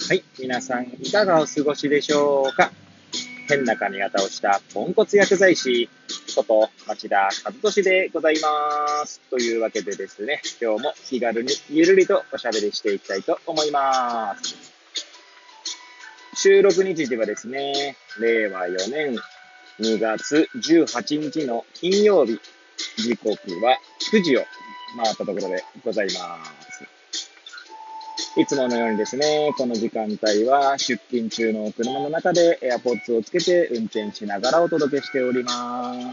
はい、皆さんいかがお過ごしでしょうか。変な髪型をしたポンコツ薬剤師こと町田和俊でございます。というわけでですね、今日も気軽にゆるりとおしゃべりしていきたいと思います。収録日時はですね、令和4年2月18日の金曜日、時刻は9時を回ったところでございます。いつものようにですね、この時間帯は出勤中の車の中で AirPods をつけて運転しながらお届けしております。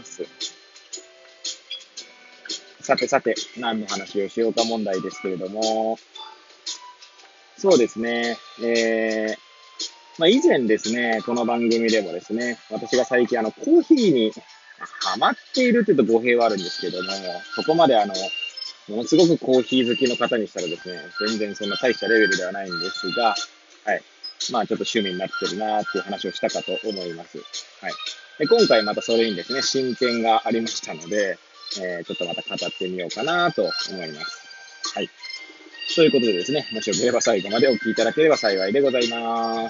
さてさて、何の話をしようか問題ですけれども、そうですね、以前ですね、この番組でもですね、私が最近コーヒーにハマっているというと語弊はあるんですけども、そこまでものすごくコーヒー好きの方にしたらですね、全然そんな大したレベルではないんですが、はい。まあちょっと趣味になってるなっていう話をしたかと思います。はい。で、今回またそれにですね、進展がありましたので、ちょっとまた語ってみようかなと思います。はい。ということでですね、もしよければ最後までお聞きいただければ幸いでございます。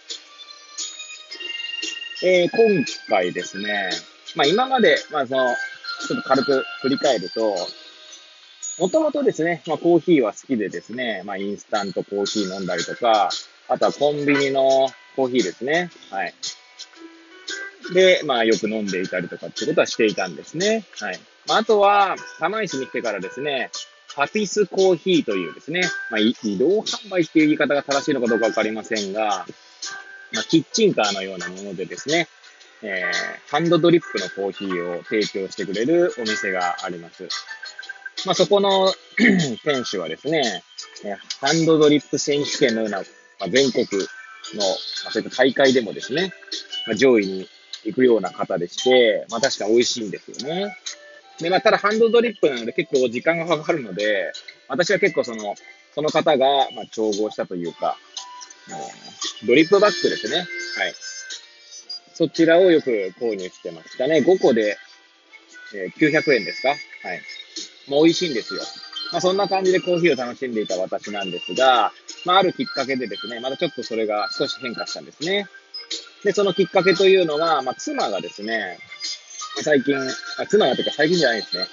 今回ですね、今まで、ちょっと軽く振り返ると、もともとですね、コーヒーは好きでですね、インスタントコーヒー飲んだりとか、あとはコンビニのコーヒーですね。はい。で、よく飲んでいたりとかっていうことはしていたんですね。はい。あとは、釜石に来てからですね、パピスコーヒーというですね、移動販売っていう言い方が正しいのかどうかわかりませんが、キッチンカーのようなものでですね、ハンドドリップのコーヒーを提供してくれるお店があります。そこの店主はですね、ハンドドリップ選手権のような、全国の、そういった大会でもですね、上位に行くような方でして、確かに美味しいんですよね。で、ただハンドドリップなので結構時間がかかるので、私は結構その方が、調合したというか、ドリップバッグですね。はい。そちらをよく購入してましたね。5個で、900円ですか。はい。美味しいんですよ。そんな感じでコーヒーを楽しんでいた私なんですが、あるきっかけでですね、またちょっとそれが少し変化したんですね。で、そのきっかけというのが、妻がですね、最近、妻がというか最近じゃないですね。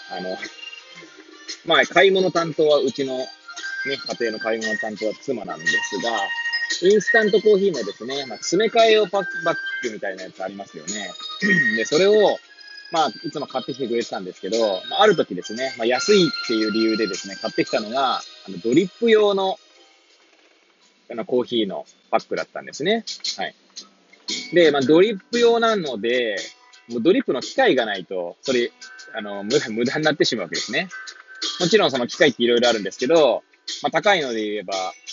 買い物担当はうちのね、家庭の買い物担当は妻なんですが、インスタントコーヒーのですね、詰め替え用バッグみたいなやつありますよね。で、それを、いつも買ってきてくれてたんですけど、ある時ですね、安いっていう理由でですね、買ってきたのが、ドリップ用の、コーヒーのパックだったんですね。はい。で、ドリップ用なので、もうドリップの機械がないと、それ、無駄になってしまうわけですね。もちろんその機械っていろいろあるんですけど、高いので言えば、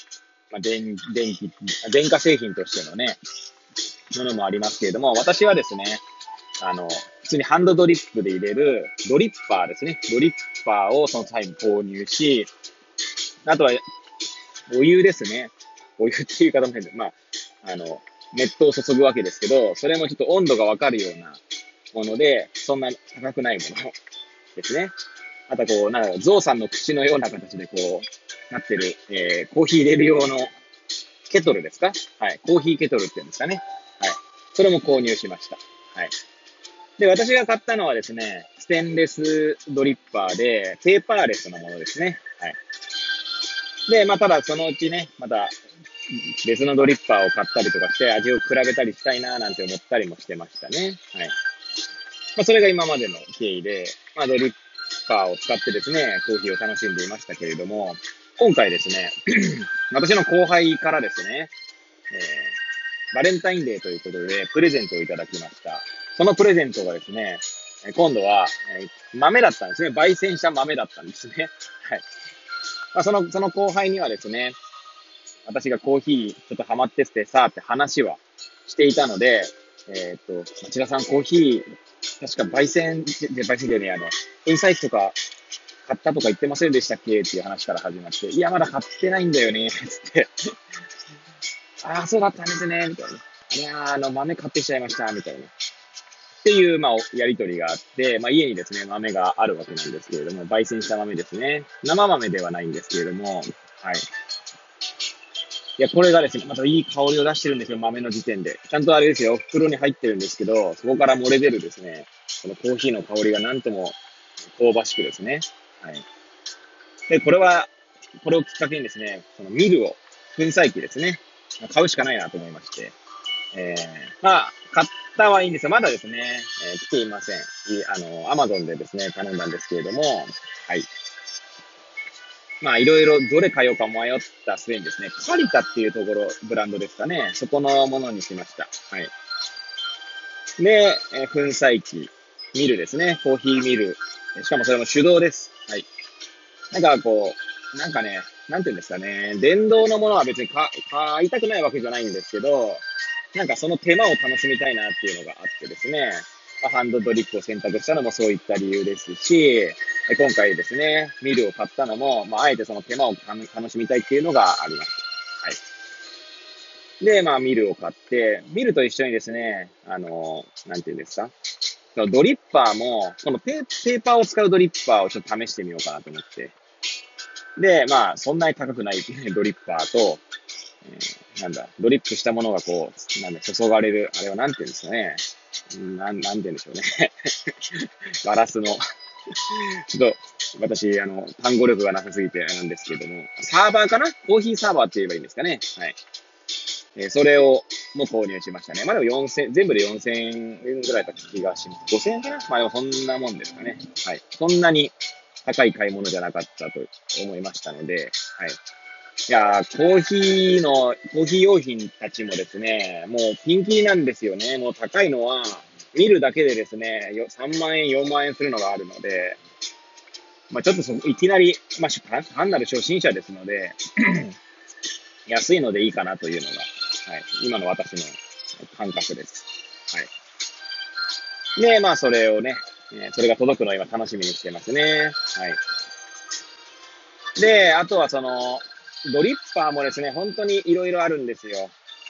電化製品としてのね、ものもありますけれども、私はですね、普通にハンドドリップで入れるドリッパーですね。ドリッパーをその際に購入し、あとは、お湯ですね。お湯っていう言い方も変で、熱湯を注ぐわけですけど、それもちょっと温度がわかるようなもので、そんな高くないものですね。あとこう、ゾウさんの口のような形でこう、なってる、コーヒー入れる用のケトルですか。はい。コーヒーケトルっていうんですかね。はい。それも購入しました。はい。で、私が買ったのはですね、ステンレスドリッパーで、ペーパーレスのものですね。はい。で、ただそのうちね、また別のドリッパーを買ったりとかして味を比べたりしたいななんて思ったりもしてましたね。はい。それが今までの経緯で、ドリッパーを使ってですね、コーヒーを楽しんでいましたけれども、今回ですね、私の後輩からですね、バレンタインデーということで、プレゼントをいただきました。そのプレゼントがですね、今度は、豆だったんですね。焙煎した豆だったんですね。はい。その後輩にはですね、私がコーヒーちょっとハマっててさ、って話はしていたので、町田さんコーヒー、確か焙煎でね、インサイトとか買ったとか言ってませんでしたっけっていう話から始まって、いや、まだ買ってないんだよね、つって。ああ、そうだったんですね、みたいな。いや豆買ってきちゃいました、みたいな。っていう、やりとりがあって、家にですね、豆があるわけなんですけれども、焙煎した豆ですね。生豆ではないんですけれども、はい。 いや、これがですね、またいい香りを出してるんですよ、豆の時点で。ちゃんとあれですよ、袋に入ってるんですけど、そこから漏れ出るですね、このコーヒーの香りがなんとも香ばしくですね。はい。で、これをきっかけにですね、そのミルを、粉砕機ですね、買うしかないなと思いまして、買ったはいいんですよ。まだですね、来ていません。アマゾンでですね、頼んだんですけれども、はい。いろいろどれ買おうか迷った末にですね、カリタっていうところ、ブランドですかね。そこのものにしました。はい。で、粉砕機、ミルですね。コーヒーミル。しかもそれも手動です。はい。なんかこう、なんかね、なんていうんですかね。電動のものは別に買いたくないわけじゃないんですけど、なんかその手間を楽しみたいなっていうのがあってですね、ハンドドリップを選択したのもそういった理由ですし、今回ですね、ミルを買ったのも、あえてその手間を楽しみたいっていうのがあります。はい。で、ミルを買って、ミルと一緒にですね、なんていうんですか、ドリッパーも、このペーパーを使うドリッパーをちょっと試してみようかなと思って。で、そんなに高くないドリッパーと、ドリップしたものがこう、注がれる、あれはなんて言うんですかね。なんて言うんでしょうね。ガラスのちょっと、私、単語力がなさすぎてなんですけれども、サーバーかなコーヒーサーバーって言えばいいんですかね。はい。それを、も購入しましたね。でも4000、全部で4000円ぐらいだった気がします。5000円かなでもそんなもんですかね。はい。そんなに高い買い物じゃなかったと思いましたので、はい。いやー、コーヒー用品たちもですね、もうピンキリなんですよね。もう高いのは、見るだけでですね、3万円、4万円するのがあるので、ちょっといきなり、単なる初心者ですので、安いのでいいかなというのが、はい、今の私の感覚です。はい。で、それをね、それが届くのを今楽しみにしてますね。はい。で、あとはドリッパーもですね、本当にいろいろあるんですよ。はい。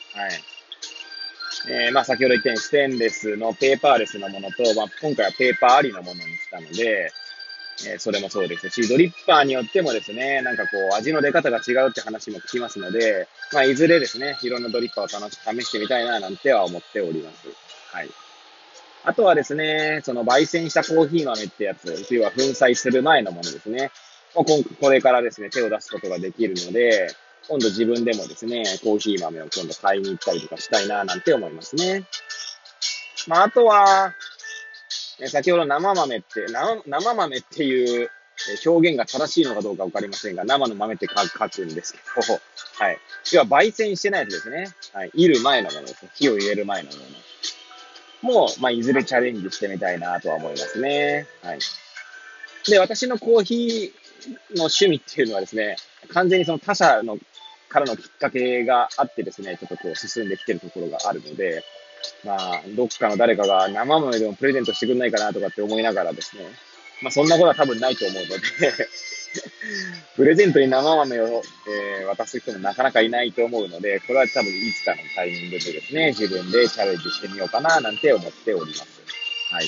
先ほど言ったようにステンレスのペーパーレスのものと、今回はペーパーありのものにしたので、それもそうですし、ドリッパーによってもですね、なんかこう、味の出方が違うって話も聞きますので、いずれですね、いろんなドリッパーを試してみたいな、なんては思っております。はい。あとはですね、その焙煎したコーヒー豆ってやつ、要は粉砕する前のものですね。これからですね、手を出すことができるので、今度自分でもですね、コーヒー豆を今度買いに行ったりとかしたいな、なんて思いますね。あとは、先ほど生豆っていう表現が正しいのかどうかわかりませんが、生の豆って書くんですけど、はい。要は焙煎してないやつですね。はい。いる前のものですね。火を入れる前のものも、いずれチャレンジしてみたいなとは思いますね。はい。で、私のコーヒーの趣味っていうのはですね、完全にその他者のからのきっかけがあってですね、ちょっとこう進んできてるところがあるので、どっかの誰かが生豆でもプレゼントしてくんないかなとかって思いながらですね、そんなことは多分ないと思うのでプレゼントに生豆を、渡す人もなかなかいないと思うので、これは多分いつかのタイミングでですね、自分でチャレンジしてみようかななんて思っております。はい。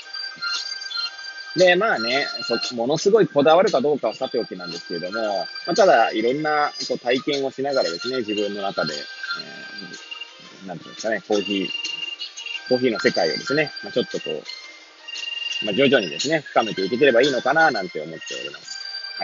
で、ものすごいこだわるかどうかはさておきなんですけれども、ただ、いろんなこう体験をしながらですね、自分の中で、なんていうんですかね、コーヒーの世界をですね、ちょっとこう、徐々にですね、深めていけてればいいのかな、なんて思っております。はい。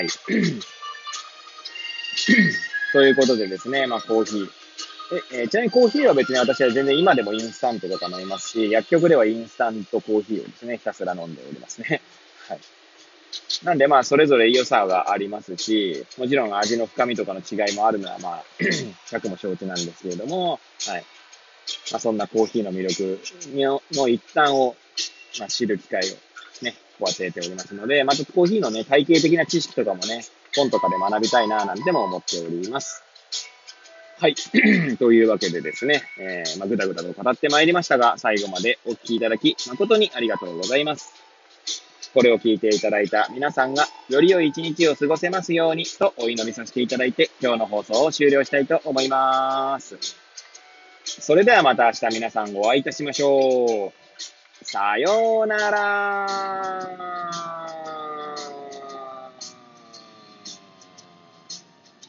ということでですね、コーヒー。ちなみにコーヒーは別に私は全然今でもインスタントとか飲みますし、薬局ではインスタントコーヒーをですね、ひたすら飲んでおりますね。はい。なんでそれぞれ良さがありますし、もちろん味の深みとかの違いもあるのは100も承知なんですけれども、はい。そんなコーヒーの魅力の一端を、知る機会をね、こう与えておりますので、またコーヒーのね、体系的な知識とかもね、本とかで学びたいな、なんても思っております。はい。というわけでですね、ぐだぐだと語ってまいりましたが、最後までお聞きいただき、誠にありがとうございます。これを聞いていただいた皆さんが、より良い一日を過ごせますように、とお祈りさせていただいて、今日の放送を終了したいと思います。それではまた明日皆さんお会いいたしましょう。さようなら。